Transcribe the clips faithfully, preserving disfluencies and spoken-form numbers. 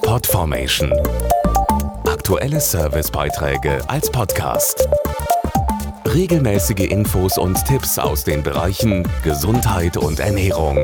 Podformation. Aktuelle Servicebeiträge als Podcast. Regelmäßige Infos und Tipps aus den Bereichen Gesundheit und Ernährung.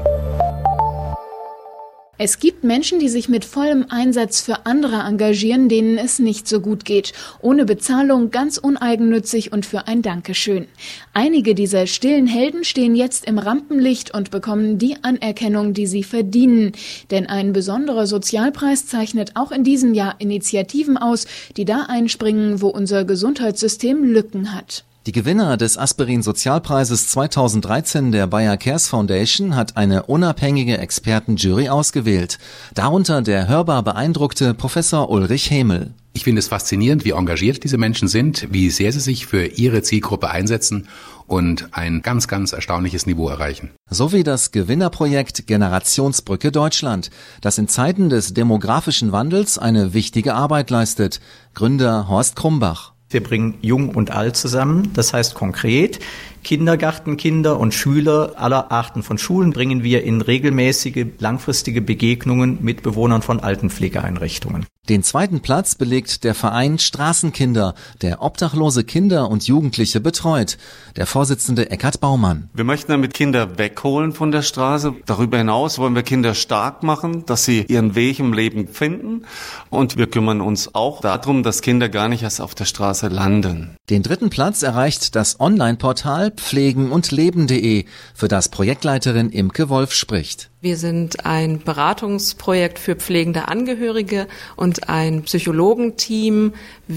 Es gibt Menschen, die sich mit vollem Einsatz für andere engagieren, denen es nicht so gut geht. Ohne Bezahlung, ganz uneigennützig und für ein Dankeschön. Einige dieser stillen Helden stehen jetzt im Rampenlicht und bekommen die Anerkennung, die sie verdienen. Denn ein besonderer Sozialpreis zeichnet auch in diesem Jahr Initiativen aus, die da einspringen, wo unser Gesundheitssystem Lücken hat. Die Gewinner des Aspirin-Sozialpreises zweitausenddreizehn der Bayer Cares Foundation hat eine unabhängige Expertenjury ausgewählt. Darunter der hörbar beeindruckte Professor Ulrich Hemel. Ich finde es faszinierend, wie engagiert diese Menschen sind, wie sehr sie sich für ihre Zielgruppe einsetzen und ein ganz, ganz erstaunliches Niveau erreichen. Sowie das Gewinnerprojekt Generationsbrücke Deutschland, das in Zeiten des demografischen Wandels eine wichtige Arbeit leistet. Gründer Horst Krumbach. Wir bringen Jung und Alt zusammen, das heißt konkret, Kindergartenkinder und Schüler aller Arten von Schulen bringen wir in regelmäßige, langfristige Begegnungen mit Bewohnern von Altenpflegeeinrichtungen. Den zweiten Platz belegt der Verein Straßenkinder, der obdachlose Kinder und Jugendliche betreut. Der Vorsitzende Eckhard Baumann. Wir möchten damit Kinder wegholen von der Straße. Darüber hinaus wollen wir Kinder stark machen, dass sie ihren Weg im Leben finden. Und wir kümmern uns auch darum, dass Kinder gar nicht erst auf der Straße landen. Den dritten Platz erreicht das Online-Portal pflegen und leben punkt de, für das Projektleiterin Imke Wolf spricht. Wir sind ein Beratungsprojekt für pflegende Angehörige und ein Psychologenteam.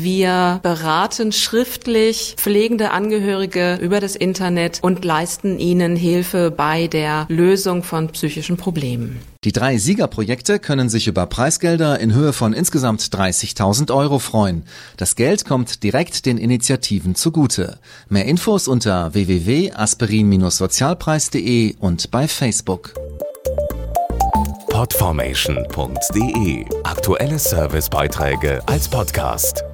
Wir beraten schriftlich pflegende Angehörige über das Internet und leisten ihnen Hilfe bei der Lösung von psychischen Problemen. Die drei Siegerprojekte können sich über Preisgelder in Höhe von insgesamt dreißigtausend Euro freuen. Das Geld kommt direkt den Initiativen zugute. Mehr Infos unter w w w punkt aspirin sozialpreis punkt de und bei Facebook. Podformation punkt de. Aktuelle Servicebeiträge als Podcast.